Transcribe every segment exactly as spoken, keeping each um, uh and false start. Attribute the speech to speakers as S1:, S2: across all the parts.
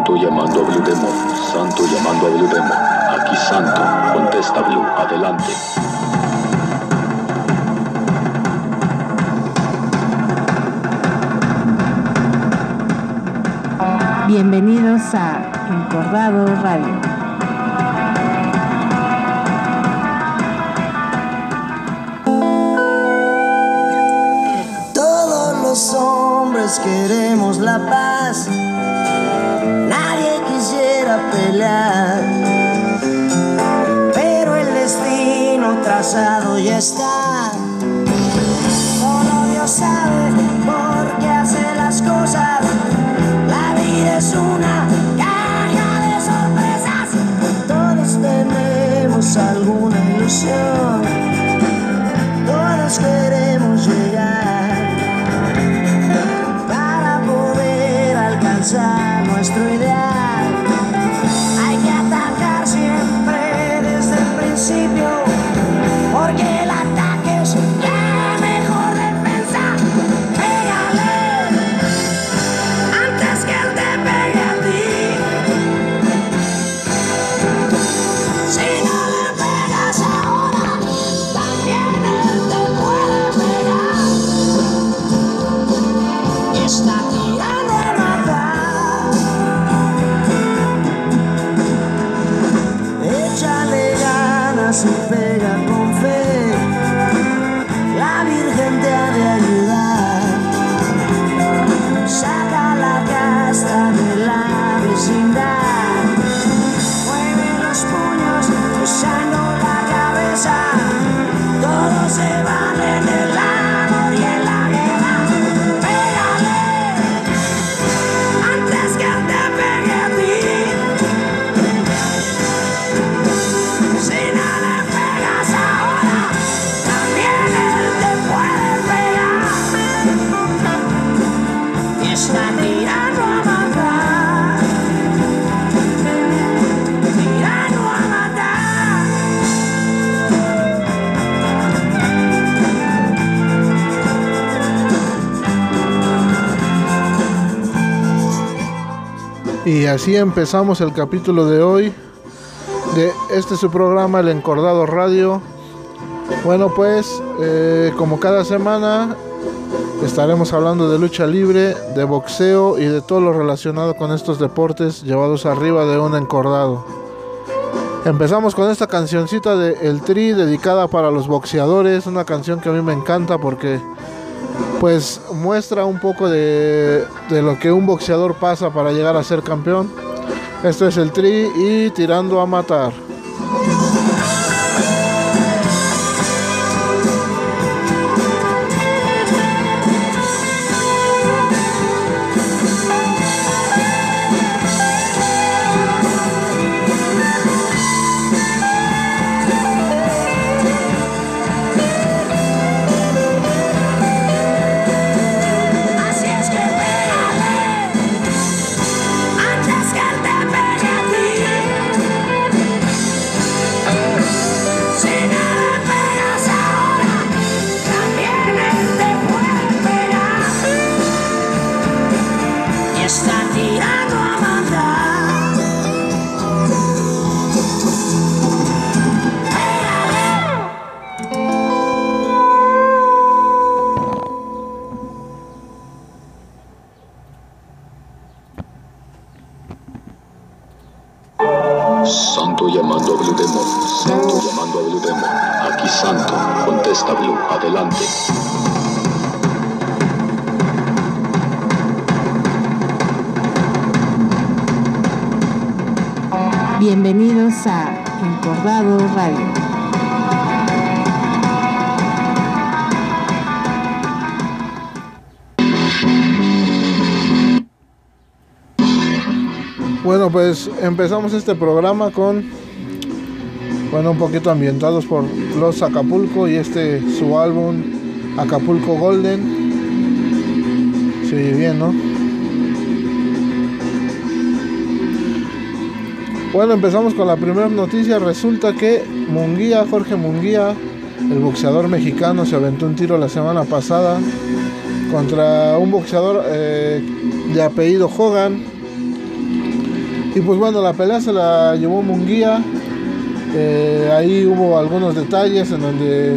S1: Santo llamando a Blue Demon, Santo llamando a Blue Demon. Aquí Santo, contesta Blue, adelante.
S2: Bienvenidos a Encordado Radio.
S3: Todos los hombres queremos la paz, nadie quisiera pelear, pero el destino trazado ya está. Solo Dios sabe por qué hace las cosas. La vida es una caja de sorpresas. Todos tenemos alguna ilusión, todos queremos llegar para poder alcanzar nuestro ideal. Hay que atacar siempre desde el principio, porque el ataque es la mejor defensa. Pégale antes que él te pegue a ti. Si no le pegas ahora, también él te puede pegar. Y está tirando a matar. Échale ganas y pega con fe. La Virgen te ha de ayudar. Saca la casta de la vecindad. Mueve los puños usando la cabeza. Todo se vale en el amor y en la guerra. Pégale antes que él te pegue a ti. Si no le pegas ahora, también él te puede pegar. Y está tirando a matar, tirando a matar.
S4: Y así empezamos el capítulo de hoy de este su programa, El Encordado Radio. Bueno, pues eh, como cada semana estaremos hablando de lucha libre, de boxeo y de todo lo relacionado con estos deportes llevados arriba de un encordado. Empezamos con esta cancioncita de El Tri, dedicada para los boxeadores, una canción que a mí me encanta porque pues muestra un poco de, de lo que un boxeador pasa para llegar a ser campeón. Esto es El Tri y Tirando a Matar.
S3: Así es que pégale antes que él te pegue a ti. Si no le pegas ahora, también él te puede pegar. Y está tirando a matar. Pégale.
S1: Santo llamando a Blue Demon, Santo llamando a Blue Demon. Aquí Santo, contesta Blue, adelante.
S2: Bienvenidos a Encordado Radio.
S4: Bueno, pues empezamos este programa con, bueno, un poquito ambientados por Los Acapulco y este su álbum Acapulco Golden. Sí, bien, ¿no? Bueno, empezamos con la primera noticia. Resulta que Munguía, Jorge Munguía, el boxeador mexicano, se aventó un tiro la semana pasada contra un boxeador eh, de apellido Hogan. Y pues bueno, la pelea se la llevó Munguía. Eh, ahí hubo algunos detalles en donde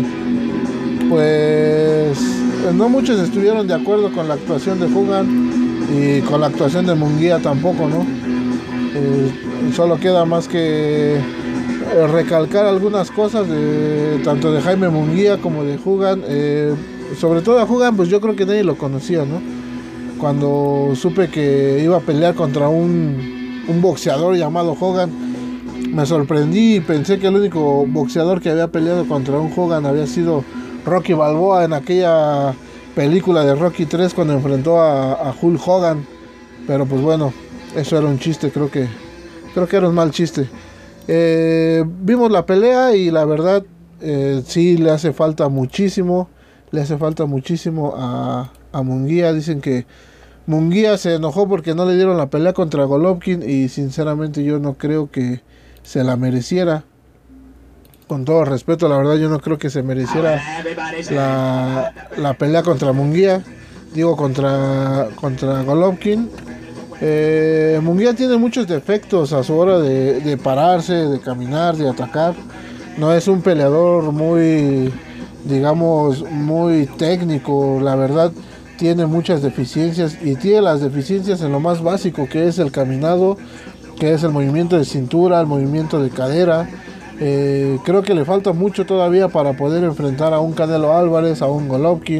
S4: pues no muchos estuvieron de acuerdo con la actuación de Hogan y con la actuación de Munguía tampoco, ¿no? Eh, solo queda más que recalcar algunas cosas de tanto de Jaime Munguía como de Hogan. Eh, sobre todo a Hogan, pues yo creo que nadie lo conocía, ¿no? Cuando supe que iba a pelear contra un, un boxeador llamado Hogan, me sorprendí y pensé que el único boxeador que había peleado contra un Hogan había sido Rocky Balboa en aquella película de Rocky tres cuando enfrentó a, a Hulk Hogan. Pero pues bueno, eso era un chiste, creo que creo que era un mal chiste. Eh, vimos la pelea y la verdad eh, sí le hace falta muchísimo, le hace falta muchísimo a, a Munguía. Dicen que Munguía se enojó porque no le dieron la pelea contra Golovkin y sinceramente yo no creo que se la mereciera. Con todo respeto, la verdad yo no creo que se mereciera la, la pelea contra Munguía, digo contra, contra Golovkin. Eh, Munguía tiene muchos defectos a su hora de, de pararse, de caminar, de atacar. No es un peleador muy, digamos, muy técnico. La verdad tiene muchas deficiencias y tiene las deficiencias en lo más básico, que es el caminado, que es el movimiento de cintura, el movimiento de cadera. Eh, creo que le falta mucho todavía para poder enfrentar a un Canelo Álvarez, a un Golovkin,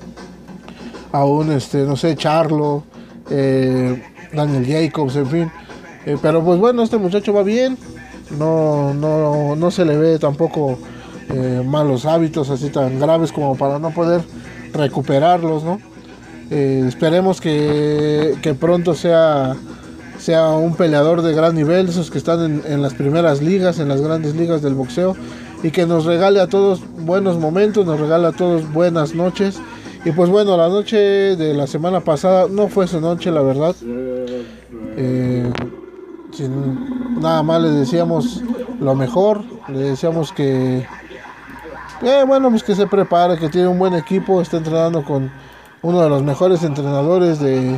S4: a un, este, no sé, Charlo, eh, Daniel Jacobs, en fin. Eh, pero pues bueno, este muchacho va bien. No, no, no se le ve tampoco eh, malos hábitos así tan graves como para no poder recuperarlos, ¿no? Eh, esperemos que, que pronto sea, sea un peleador de gran nivel, esos que están en, en las primeras ligas, en las grandes ligas del boxeo, y que nos regale a todos buenos momentos, nos regale a todos buenas noches. Y pues bueno, la noche de la semana pasada no fue su noche, la verdad. Eh, sin nada más le decíamos lo mejor, le decíamos que eh, bueno, pues que se prepare, que tiene un buen equipo, está entrenando con uno de los mejores entrenadores de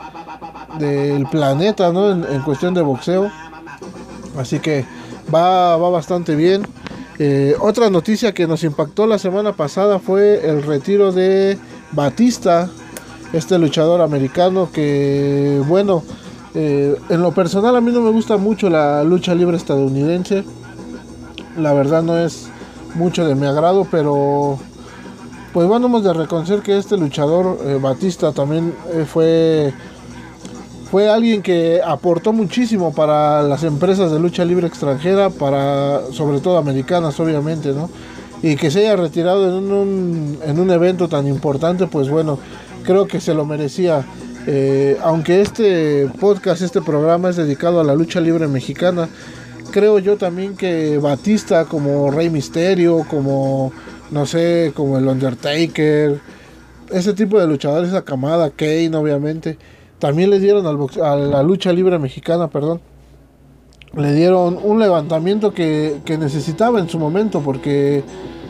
S4: del planeta, ¿no? En, en cuestión de boxeo. Así que va, va bastante bien. Eh, otra noticia que nos impactó la semana pasada fue el retiro de Batista, este luchador americano que, bueno, eh, en lo personal a mí no me gusta mucho la lucha libre estadounidense. La verdad no es mucho de mi agrado, pero pues bueno, hemos de reconocer que este luchador eh, Batista también eh, fue... Fue alguien que aportó muchísimo para las empresas de lucha libre extranjera, para sobre todo americanas, obviamente, ¿no? Y que se haya retirado en un, en un evento tan importante, pues bueno, creo que se lo merecía. Eh, aunque este podcast, este programa es dedicado a la lucha libre mexicana, creo yo también que Batista, como Rey Misterio, como, no sé, como el Undertaker, ese tipo de luchadores, esa camada, Kane, obviamente, también le dieron al boxe- a la lucha libre mexicana, perdón, le dieron un levantamiento que, que necesitaba en su momento, porque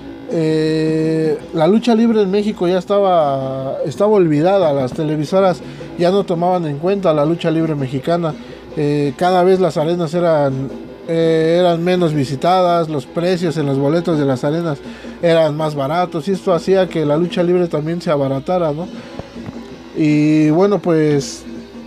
S4: eh, la lucha libre en México ya estaba, estaba olvidada, las televisoras ya no tomaban en cuenta la lucha libre mexicana, eh, cada vez las arenas eran, eh, eran menos visitadas, los precios en los boletos de las arenas eran más baratos, y esto hacía que la lucha libre también se abaratara, ¿no? Y bueno, pues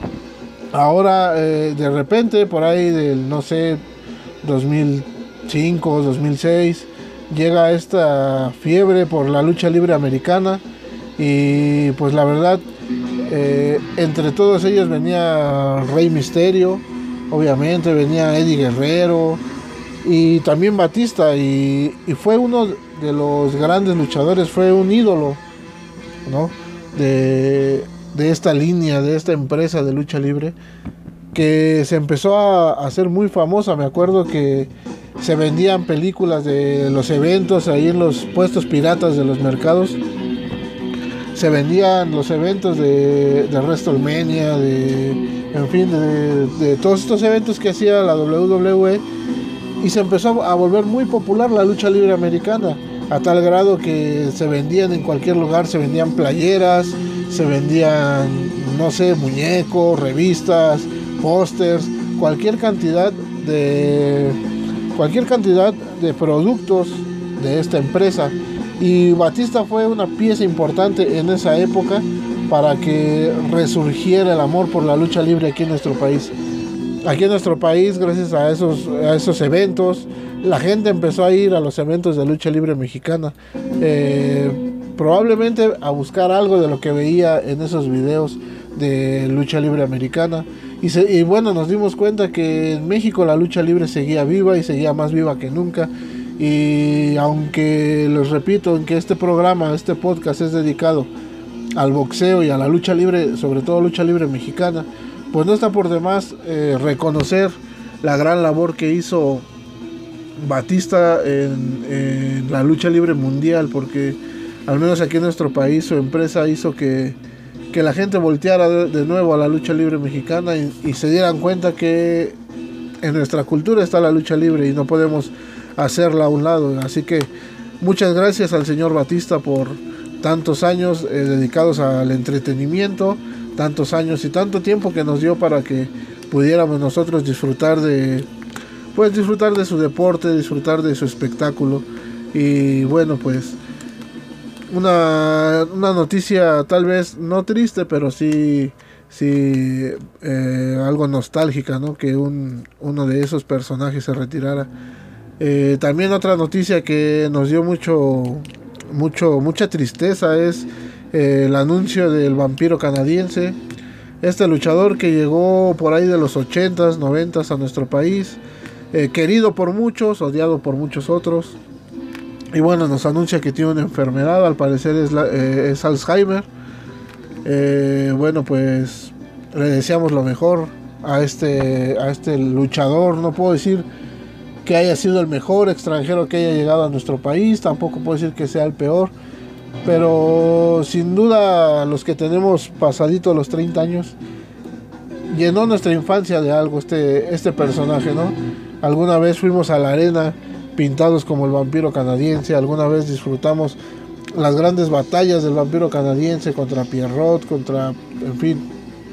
S4: ahora eh, de repente por ahí del, no sé, dos mil cinco, dos mil seis, llega esta fiebre por la lucha libre americana. Y pues la verdad, eh, entre todos ellos venía Rey Misterio, obviamente venía Eddie Guerrero y también Batista, y, y fue uno de los grandes luchadores, fue un ídolo, ¿no? de, de esta línea, de esta empresa de lucha libre, que se empezó a hacer muy famosa. Me acuerdo que se vendían películas de los eventos ahí en los puestos piratas de los mercados, se vendían los eventos de, de WrestleMania, de, en fin, de, de todos estos eventos que hacía la doble u doble u E, y se empezó a volver muy popular la lucha libre americana, a tal grado que se vendían en cualquier lugar, se vendían playeras, se vendían, no sé, muñecos, revistas, pósters, cualquier cantidad de cualquier cantidad de productos de esta empresa, y Batista fue una pieza importante en esa época para que resurgiera el amor por la lucha libre aquí en nuestro país. Aquí en nuestro país, gracias a esos, a esos eventos, la gente empezó a ir a los eventos de lucha libre mexicana, eh, probablemente a buscar algo de lo que veía en esos videos de lucha libre americana. Y, se, y bueno, nos dimos cuenta que en México la lucha libre seguía viva y seguía más viva que nunca. Y aunque les repito que este programa, este podcast es dedicado al boxeo y a la lucha libre, sobre todo lucha libre mexicana, pues no está por demás eh, reconocer la gran labor que hizo Batista en, en la lucha libre mundial, porque al menos aquí en nuestro país su empresa hizo que, que la gente volteara de, de nuevo a la lucha libre mexicana y, y se dieran cuenta que en nuestra cultura está la lucha libre y no podemos hacerla a un lado. Así que muchas gracias al señor Batista por tantos años eh, dedicados al entretenimiento, tantos años y tanto tiempo que nos dio para que pudiéramos nosotros disfrutar de pues disfrutar de su deporte, disfrutar de su espectáculo. Y bueno, pues una, una noticia tal vez no triste, pero sí sí eh, algo nostálgica, ¿no? Que un, uno de esos personajes se retirara. Eh, también otra noticia que nos dio mucho mucho mucha tristeza es eh, el anuncio del vampiro canadiense, este luchador que llegó por ahí de los ochentas, noventas a nuestro país, eh, querido por muchos, odiado por muchos otros, y bueno, nos anuncia que tiene una enfermedad, al parecer es, la, eh, es Alzheimer. Eh, bueno, pues le deseamos lo mejor a este a este luchador. No puedo decir que haya sido el mejor extranjero que haya llegado a nuestro país, tampoco puedo decir que sea el peor, pero sin duda los que tenemos pasadito los treinta años, llenó nuestra infancia de algo este, este personaje, ¿no? Alguna vez fuimos a la arena pintados como el vampiro canadiense, alguna vez disfrutamos las grandes batallas del vampiro canadiense contra Pierrot, contra, en fin,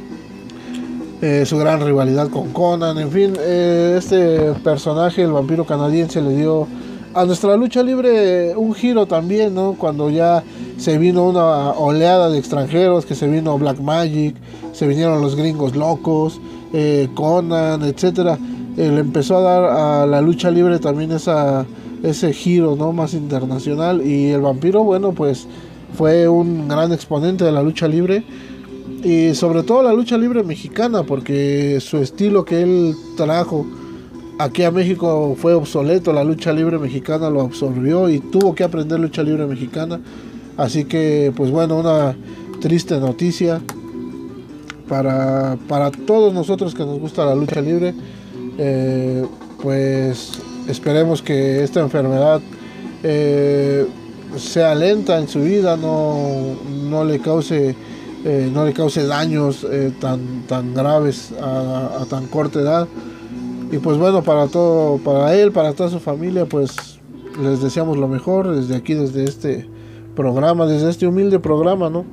S4: Eh, su gran rivalidad con Conan, en fin, eh, este personaje, el vampiro canadiense, le dio a nuestra lucha libre un giro también, ¿no? Cuando ya se vino una oleada de extranjeros, que se vino Black Magic, se vinieron los gringos locos, eh, Conan, etcétera, eh, le empezó a dar a la lucha libre también esa, ese giro, ¿no? Más internacional, y el vampiro, bueno, pues fue un gran exponente de la lucha libre. Y sobre todo la lucha libre mexicana, porque su estilo que él trajo aquí a México fue obsoleto. La lucha libre mexicana lo absorbió y tuvo que aprender lucha libre mexicana. Así que, pues bueno, una triste noticia para, para todos nosotros que nos gusta la lucha libre. Eh, pues esperemos que esta enfermedad eh, sea lenta en su vida, no, no le cause... Eh, no le cause daños eh, tan, tan graves a, a tan corta edad. Y pues bueno, para todo, para él, para toda su familia, pues les deseamos lo mejor desde aquí, desde este programa, desde este humilde programa, ¿no?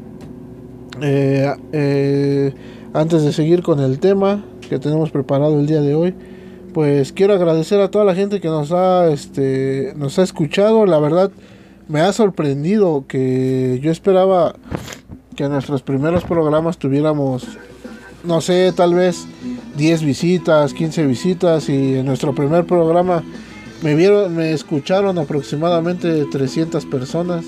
S4: Eh, eh, antes de seguir con el tema que tenemos preparado el día de hoy, pues quiero agradecer a toda la gente que nos ha, este, nos ha escuchado. La verdad, me ha sorprendido, que yo esperaba que en nuestros primeros programas tuviéramos, no sé, tal vez diez visitas, quince visitas, y en nuestro primer programa me vieron, me escucharon aproximadamente trescientas personas.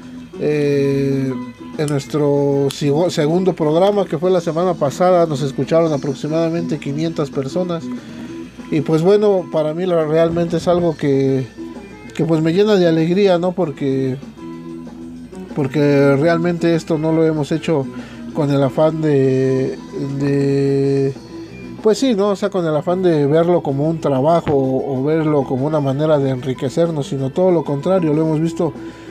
S4: Eh, en nuestro segundo programa, que fue la semana pasada, nos escucharon aproximadamente quinientas personas. Y pues bueno, para mí realmente es algo que, que pues me llena de alegría, ¿no? Porque porque realmente esto no lo hemos hecho con el afán de, de pues sí, ¿no? O sea, con el afán de verlo como un trabajo o, o verlo como una manera de enriquecernos, sino todo lo contrario, lo hemos visto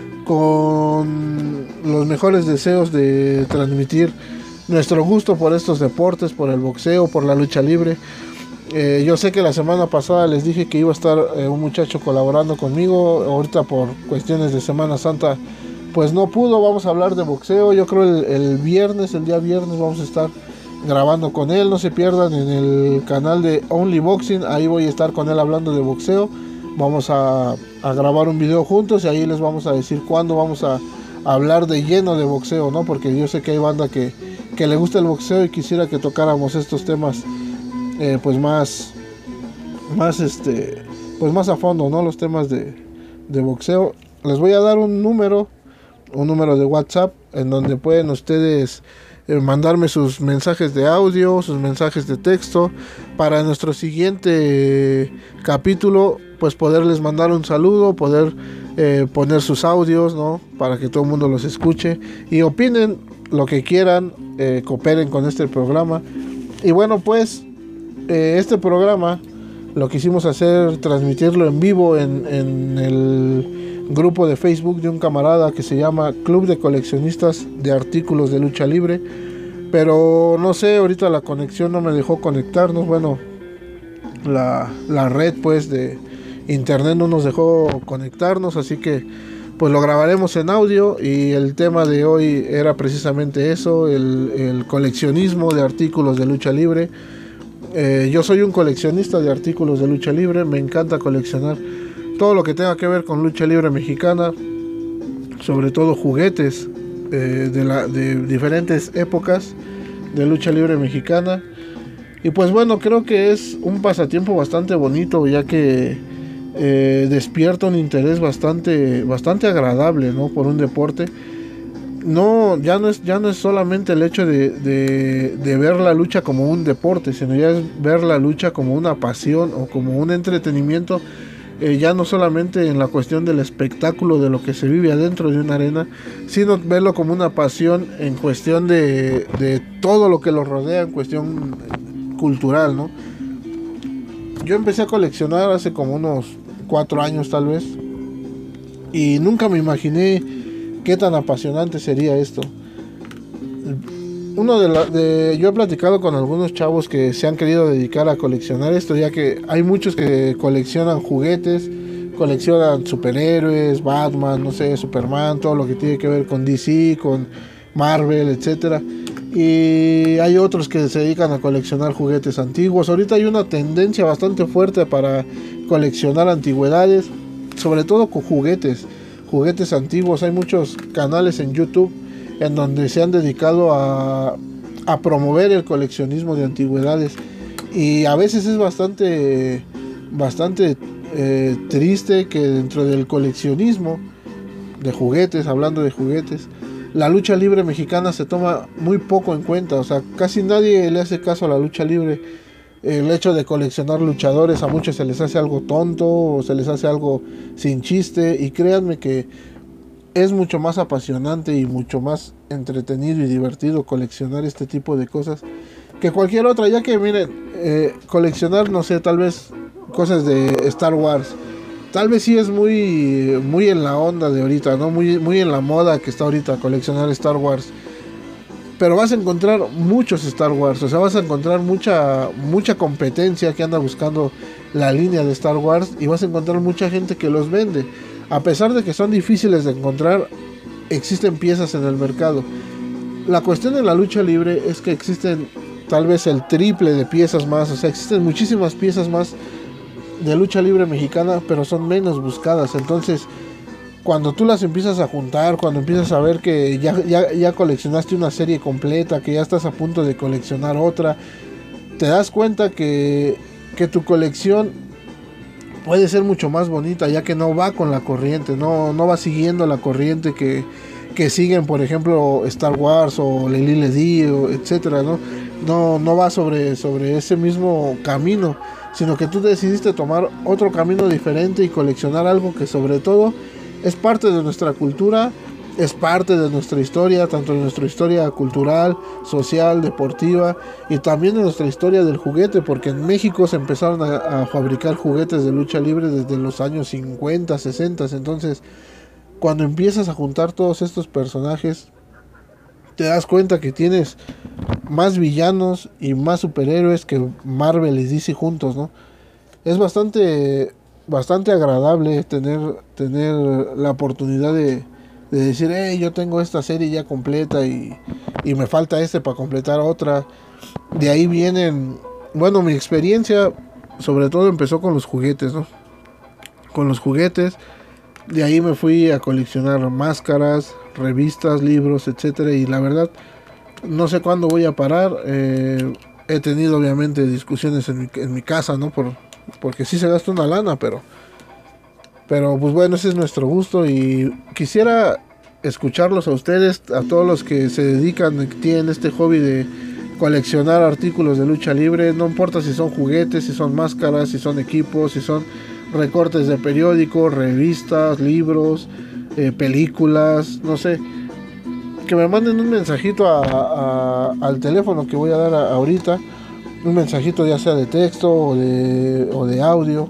S4: con los mejores deseos de transmitir nuestro gusto por estos deportes, por el boxeo, por la lucha libre. Eh, yo sé que la semana pasada les dije que iba a estar eh, un muchacho colaborando conmigo. Ahorita por cuestiones de Semana Santa pues no pudo. Vamos a hablar de boxeo. Yo creo el, el viernes, el día viernes vamos a estar grabando con él. No se pierdan en el canal de Only Boxing, ahí voy a estar con él hablando de boxeo. Vamos a, a grabar un video juntos y ahí les vamos a decir cuándo vamos a, a hablar de lleno de boxeo, ¿no? Porque yo sé que hay banda que, que le gusta el boxeo y quisiera que tocáramos estos temas eh, pues más más este pues más a fondo, ¿no? Los temas de, de boxeo. Les voy a dar un número un número de WhatsApp en donde pueden ustedes eh, mandarme sus mensajes de audio, sus mensajes de texto, para nuestro siguiente eh, capítulo pues poderles mandar un saludo, poder eh, poner sus audios, ¿no? Para que todo el mundo los escuche y opinen lo que quieran, eh, cooperen con este programa. Y bueno, pues eh, este programa lo quisimos hacer, transmitirlo en vivo en, en el grupo de Facebook de un camarada que se llama Club de Coleccionistas de Artículos de Lucha Libre, pero no sé, ahorita la conexión no me dejó conectarnos. Bueno, la, la red pues de internet no nos dejó conectarnos, así que pues lo grabaremos en audio. Y el tema de hoy era precisamente eso, el, el coleccionismo de artículos de lucha libre. eh, yo soy un coleccionista de artículos de lucha libre, me encanta coleccionar todo lo que tenga que ver con lucha libre mexicana, sobre todo juguetes eh, de, la, de diferentes épocas de lucha libre mexicana. Y pues bueno, creo que es un pasatiempo bastante bonito, ya que eh, despierta un interés bastante, bastante agradable, ¿no? Por un deporte. No, ya no es, ya no es solamente el hecho de, de, de ver la lucha como un deporte, sino ya es ver la lucha como una pasión o como un entretenimiento. Eh, ya no solamente en la cuestión del espectáculo, de lo que se vive adentro de una arena, sino verlo como una pasión en cuestión de, de todo lo que lo rodea, en cuestión cultural, ¿no? Yo empecé a coleccionar hace como unos cuatro años tal vez, y nunca me imaginé qué tan apasionante sería esto. Uno de, la, de yo he platicado con algunos chavos que se han querido dedicar a coleccionar esto, ya que hay muchos que coleccionan juguetes, coleccionan superhéroes, Batman, no sé, Superman, todo lo que tiene que ver con D C, con Marvel, etcétera. Y hay otros que se dedican a coleccionar juguetes antiguos. Ahorita hay una tendencia bastante fuerte para coleccionar antigüedades, sobre todo con juguetes, juguetes antiguos. Hay muchos canales en YouTube en donde se han dedicado a, a promover el coleccionismo de antigüedades, y a veces es bastante bastante eh, triste que dentro del coleccionismo de juguetes, hablando de juguetes, la lucha libre mexicana se toma muy poco en cuenta. O sea, casi nadie le hace caso a la lucha libre. El hecho de coleccionar luchadores a muchos se les hace algo tonto o se les hace algo sin chiste, y créanme que es mucho más apasionante y mucho más entretenido y divertido coleccionar este tipo de cosas que cualquier otra, ya que miren, eh, coleccionar, no sé, tal vez cosas de Star Wars, tal vez sí es muy muy en la onda de ahorita, ¿no? Muy, muy en la moda que está ahorita coleccionar Star Wars. Pero vas a encontrar muchos Star Wars, o sea, vas a encontrar mucha mucha competencia que anda buscando la línea de Star Wars, y vas a encontrar mucha gente que los vende. A pesar de que son difíciles de encontrar, existen piezas en el mercado. La cuestión de la lucha libre es que existen tal vez el triple de piezas más, o sea, existen muchísimas piezas más de lucha libre mexicana, pero son menos buscadas. Entonces, cuando tú las empiezas a juntar, cuando empiezas a ver que ya, ya, ya coleccionaste una serie completa, que ya estás a punto de coleccionar otra, te das cuenta que, que tu colección puede ser mucho más bonita, ya que no va con la corriente, no, no va siguiendo la corriente que, que siguen, por ejemplo, Star Wars o Lili Ledi, etcétera, ¿no? No, no va sobre, sobre ese mismo camino, sino que tú decidiste tomar otro camino diferente y coleccionar algo que sobre todo es parte de nuestra cultura, es parte de nuestra historia, tanto de nuestra historia cultural, social, deportiva, y también de nuestra historia del juguete, porque en México se empezaron a, a fabricar juguetes de lucha libre desde los años cincuenta, sesenta. Entonces, cuando empiezas a juntar todos estos personajes, te das cuenta que tienes más villanos y más superhéroes que Marvel y D C juntos, ¿no? Es bastante bastante agradable tener tener la oportunidad de de decir, hey, yo tengo esta serie ya completa y, y me falta este para completar otra. de ahí vienen, bueno, mi experiencia sobre todo empezó con los juguetes, ¿no? Con los juguetes, de ahí me fui a coleccionar máscaras, revistas, libros, etcétera, y la verdad no sé cuándo voy a parar. eh, he tenido obviamente discusiones en mi, en mi casa, ¿no? Por, porque sí se gasta una lana, pero pero pues bueno, ese es nuestro gusto y quisiera escucharlos a ustedes, a todos los que se dedican, que tienen este hobby de coleccionar artículos de lucha libre, no importa si son juguetes, si son máscaras, si son equipos, si son recortes de periódicos, revistas, libros, eh, películas, no sé, que me manden un mensajito a, a, al teléfono que voy a dar a, ahorita, un mensajito ya sea de texto o de, o de audio,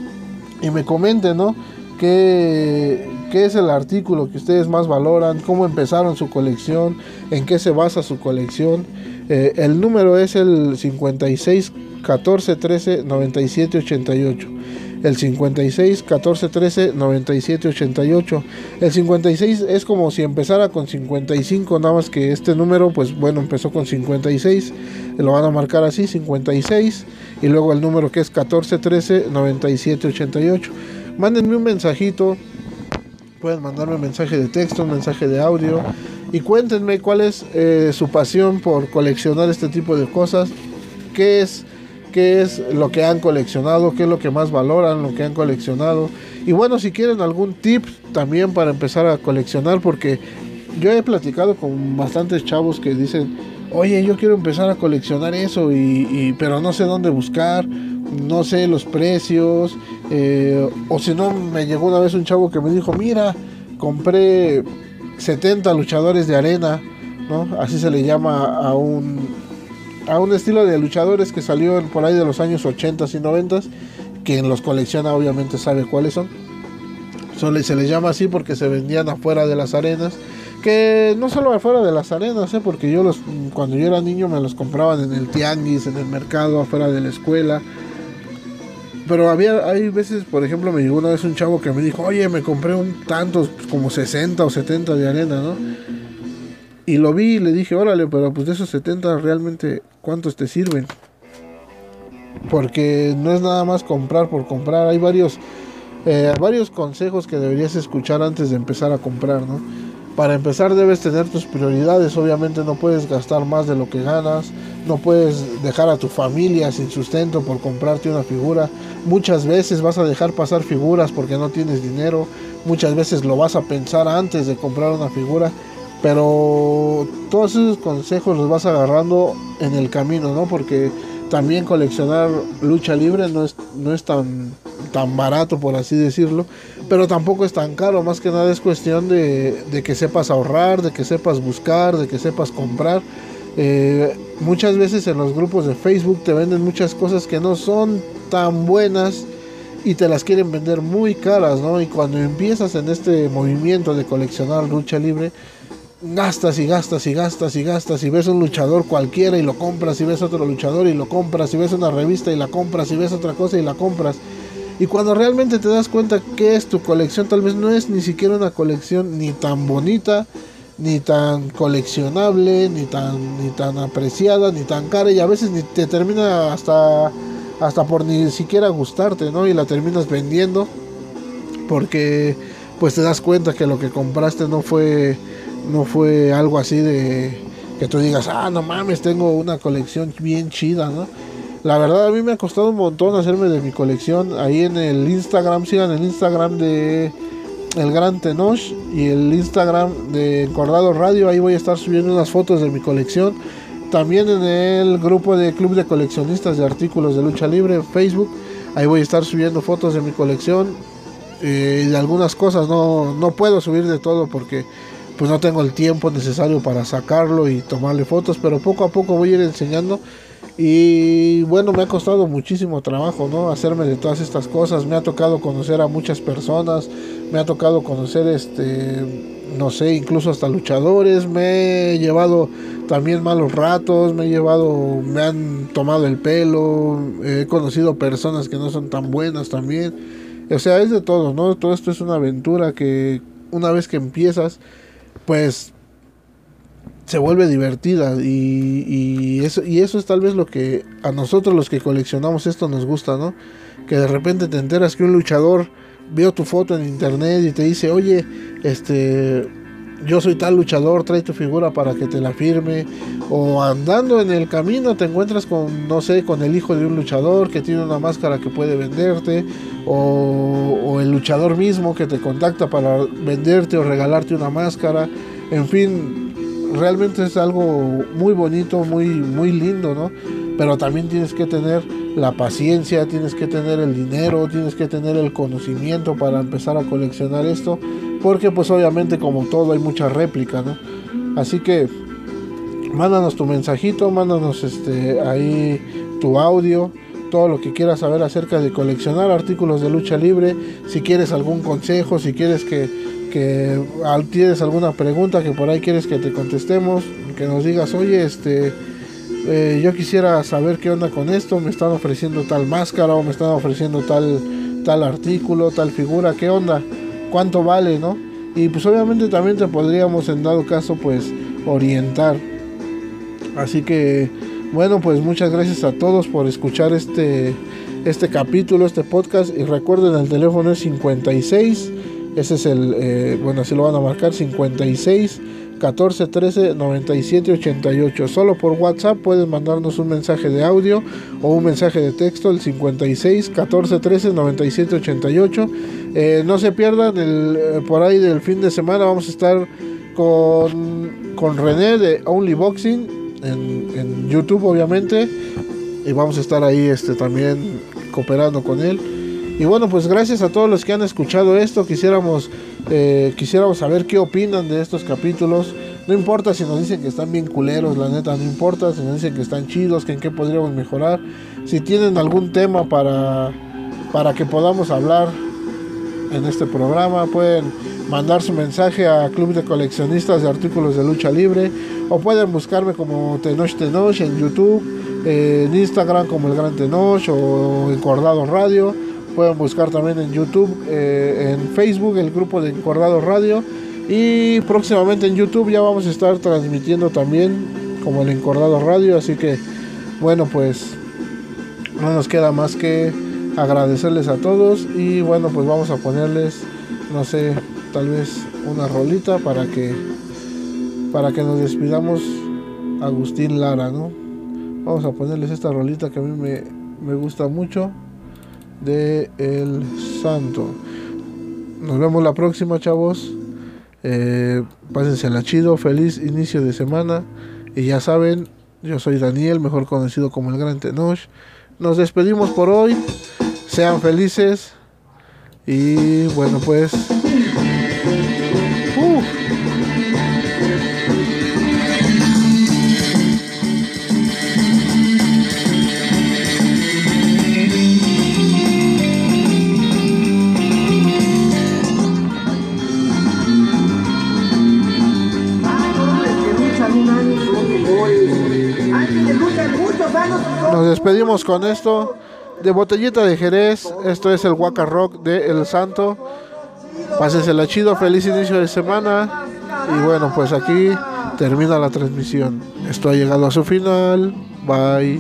S4: y me comenten, ¿no? ¿Qué, qué es el artículo que ustedes más valoran? ¿Cómo empezaron su colección? ¿En qué se basa su colección? Eh, el número es el cincuenta y seis, catorce, trece, noventa y siete, ochenta y ocho. El cincuenta y seis, catorce, trece, noventa y siete, ochenta y ocho. El cincuenta y seis es como si empezara con cincuenta y cinco, nada más que este número, pues bueno, empezó con cincuenta y seis. Lo van a marcar así, cincuenta y seis. Y luego el número que es catorce, trece, noventa y siete, ochenta y ocho. Mándenme un mensajito. Pueden mandarme un mensaje de texto, un mensaje de audio. Y cuéntenme cuál es eh, su pasión por coleccionar este tipo de cosas. ¿Qué es, qué es lo que han coleccionado? ¿Qué es lo que más valoran, lo que han coleccionado? Y bueno, si quieren algún tip también para empezar a coleccionar. Porque yo he platicado con bastantes chavos que dicen: oye, yo quiero empezar a coleccionar eso, y, y, pero no sé dónde buscar, no sé los precios. Eh, o si no, me llegó una vez un chavo que me dijo: mira, compré setenta luchadores de arena, ¿no? Así se le llama a un, a un estilo de luchadores que salió por ahí de los años ochenta y noventa. Quien los colecciona obviamente sabe cuáles son. Solo se les llama así porque se vendían afuera de las arenas. Que no solo afuera de las arenas, ¿eh? Porque yo los, cuando yo era niño me los compraban en el tianguis, en el mercado, afuera de la escuela. Pero había, hay veces, por ejemplo, me llegó una vez un chavo que me dijo: oye, me compré un tantos, como sesenta o setenta de arena, ¿no? Y lo vi y le dije: órale, pero pues de esos setenta realmente, ¿cuántos te sirven? Porque no es nada más comprar por comprar. Hay varios, eh, varios consejos que deberías escuchar antes de empezar a comprar, ¿no? Para empezar debes tener tus prioridades. Obviamente no puedes gastar más de lo que ganas. No puedes dejar a tu familia sin sustento por comprarte una figura. Muchas veces vas a dejar pasar figuras porque no tienes dinero. Muchas veces lo vas a pensar antes de comprar una figura. Pero todos esos consejos los vas agarrando en el camino, ¿no? Porque también coleccionar lucha libre no es, no es tan, tan barato, por así decirlo, pero tampoco es tan caro. Más que nada es cuestión de, de que sepas ahorrar, de que sepas buscar, de que sepas comprar. Eh, muchas veces en los grupos de Facebook te venden muchas cosas que no son tan buenas y te las quieren vender muy caras, ¿no? Y cuando empiezas en este movimiento de coleccionar lucha libre, gastas y gastas y gastas y gastas, y ves un luchador cualquiera y lo compras, y ves otro luchador y lo compras, y ves una revista y la compras, y ves otra cosa y la compras. Y cuando realmente te das cuenta que es tu colección, tal vez no es ni siquiera una colección ni tan bonita, ni tan coleccionable, ni tan, ni tan apreciada, ni tan cara, y a veces ni te termina hasta, hasta por ni siquiera gustarte, ¿no? Y la terminas vendiendo porque pues te das cuenta que lo que compraste no fue no fue algo así de que tú digas: ah, no mames, tengo una colección bien chida, ¿no? La verdad, a mí me ha costado un montón hacerme de mi colección. Ahí en el Instagram, sigan el Instagram de El Gran Tenoch y el Instagram de Encordado Radio. Ahí voy a estar subiendo unas fotos de mi colección. También en el grupo de Club de Coleccionistas de Artículos de Lucha Libre, Facebook. Ahí voy a estar subiendo fotos de mi colección y eh, de algunas cosas. No, no puedo subir de todo porque pues no tengo el tiempo necesario para sacarlo y tomarle fotos, pero poco a poco voy a ir enseñando. Y bueno, me ha costado muchísimo trabajo, ¿no? Hacerme de todas estas cosas. Me ha tocado conocer a muchas personas, me ha tocado conocer este, no sé, incluso hasta luchadores. Me he llevado también malos ratos, me he llevado, me han tomado el pelo, he conocido personas que no son tan buenas también. O sea, es de todo, ¿no? Todo esto es una aventura que una vez que empiezas, pues se vuelve divertida y, y, eso, y eso es tal vez lo que a nosotros los que coleccionamos esto nos gusta, ¿no? Que de repente te enteras que un luchador vio tu foto en internet y te dice, oye, este, yo soy tal luchador, trae tu figura para que te la firme. O andando en el camino te encuentras con, no sé, con el hijo de un luchador que tiene una máscara que puede venderte. O, o el luchador mismo que te contacta para venderte o regalarte una máscara. En fin, realmente es algo muy bonito, muy, muy lindo, ¿no? Pero también tienes que tener la paciencia, tienes que tener el dinero, tienes que tener el conocimiento para empezar a coleccionar esto, porque pues obviamente como todo hay mucha réplica, ¿no? Así que mándanos tu mensajito, mándanos este ahí tu audio, todo lo que quieras saber acerca de coleccionar artículos de lucha libre. Si quieres algún consejo, si quieres que, que tienes alguna pregunta que por ahí quieres que te contestemos, que nos digas, oye, este... Eh, yo quisiera saber qué onda con esto, me están ofreciendo tal máscara o me están ofreciendo tal, tal artículo, tal figura, qué onda, cuánto vale, ¿no? Y pues obviamente también te podríamos en dado caso pues orientar. Así que bueno, pues muchas gracias a todos por escuchar este, este capítulo, este podcast. Y recuerden, el teléfono es cincuenta y seis, ese es el, eh, bueno, así lo van a marcar, cincuenta y seis catorce trece noventa y siete ochenta y ocho. Solo por WhatsApp pueden mandarnos un mensaje de audio o un mensaje de texto, el cincuenta y seis catorce trece noventa y siete ochenta y ocho. Eh, no se pierdan el, eh, por ahí del fin de semana vamos a estar con, con René de Only Boxing en, en YouTube, obviamente, y vamos a estar ahí este también cooperando con él. Y bueno, pues gracias a todos los que han escuchado esto. Quisiéramos eh, quisiéramos saber qué opinan de estos capítulos. No importa si nos dicen que están bien culeros, la neta, no importa. Si nos dicen que están chidos, que en qué podríamos mejorar. Si tienen algún tema para, para que podamos hablar en este programa, pueden mandar su mensaje a Club de Coleccionistas de Artículos de Lucha Libre. O pueden buscarme como Tenoch Tenoch en YouTube, eh, en Instagram como El Gran Tenoch o Encordado Radio. Pueden buscar también en YouTube, eh, en Facebook, el grupo de Encordado Radio. Y próximamente en YouTube ya vamos a estar transmitiendo también como el Encordado Radio. Así que, bueno, pues no nos queda más que agradecerles a todos. Y bueno, pues vamos a ponerles, no sé, tal vez una rolita para que, para que nos despidamos. Agustín Lara, ¿no? Vamos a ponerles esta rolita que a mí me, me gusta mucho, de El Santo. Nos vemos la próxima, chavos. Eh, pásensela chido, feliz inicio de semana. Y ya saben, yo soy Daniel, mejor conocido como El Gran Tenoch. Nos despedimos por hoy. Sean felices. Y bueno, pues uh. Nos despedimos con esto de Botellita de Jerez. Esto es el Waka Rock de El Santo. Pásensela chido, feliz inicio de semana. Y bueno, pues aquí termina la transmisión. Esto ha llegado a su final. Bye.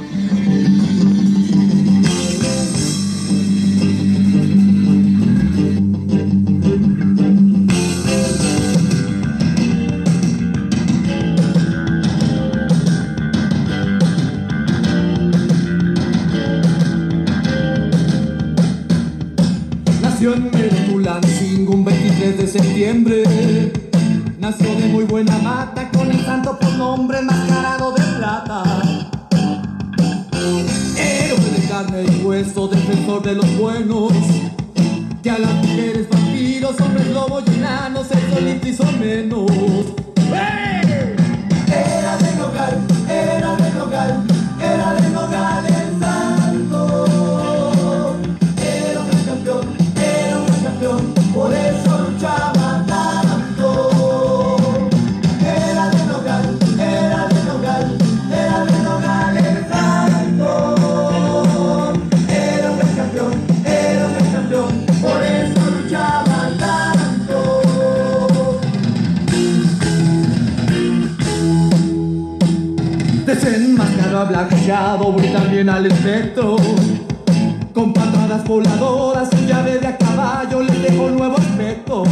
S5: En Tulancingo un veintitrés de septiembre. Nació de muy buena mata, con el santo por nombre enmascarado de plata. Héroe de carne y hueso, defensor de los buenos, que a las mujeres, vampiros, hombres lobos y enanos el sol hizo menos. ¡Hey! Era de Nogal, era de Nogal, era de Nogal el santo. Era un gran campeón, era un gran campeón, por eso luchaba tanto. Era de Nogal, era de Nogal, era de Nogal el santo. Era un gran campeón, era un gran campeón, por eso luchaba tanto. Desenmascaro a Black Shadow y también al espectro. Con patadas voladoras, su llave de a caballo les dejo nuevo aspecto.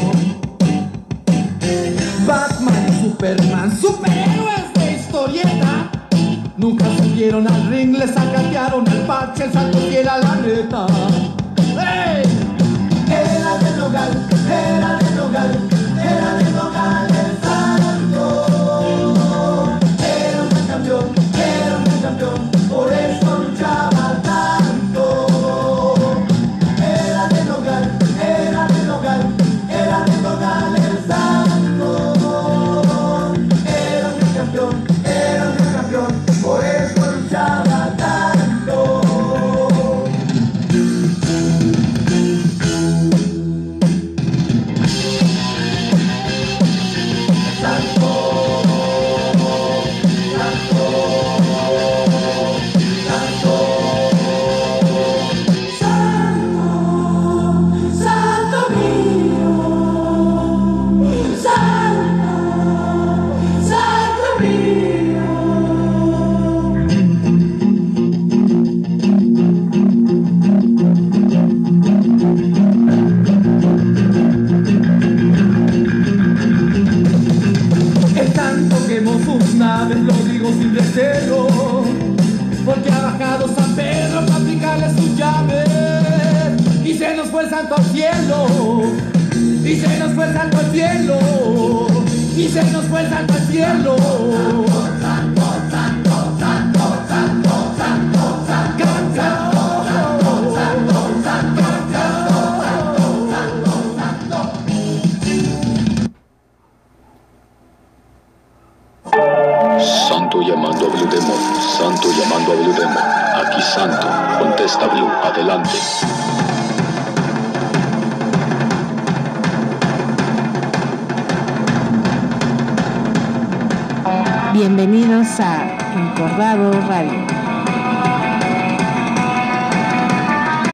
S5: Batman y Superman, superhéroes de historieta, nunca subieron al ring, les sacatearon el parche, el salto y era la neta. ¡Hey! Era de Nogal, era de Nogal, era de Nogal el santo. Era un gran campeón, era un gran campeón, por eso luchaba tanto. Era de Nogal, era de Nogal, era de Nogal el santo. Era un gran campeón, era un gran campeón, por eso luchaba tanto. Lo digo sin recelo, porque ha bajado San Pedro para aplicarle su llave. Y se nos fue el santo al cielo, y se nos fue el santo al cielo, y se nos fue el santo al cielo. Santo, santo, santo, santo, santo, santo, santo, santo, santo, santo,
S1: Santo llamando a Blue Demon, Santo llamando a Blue Demon. Aquí Santo, contesta Blue, adelante.
S2: Bienvenidos a Encordado Radio.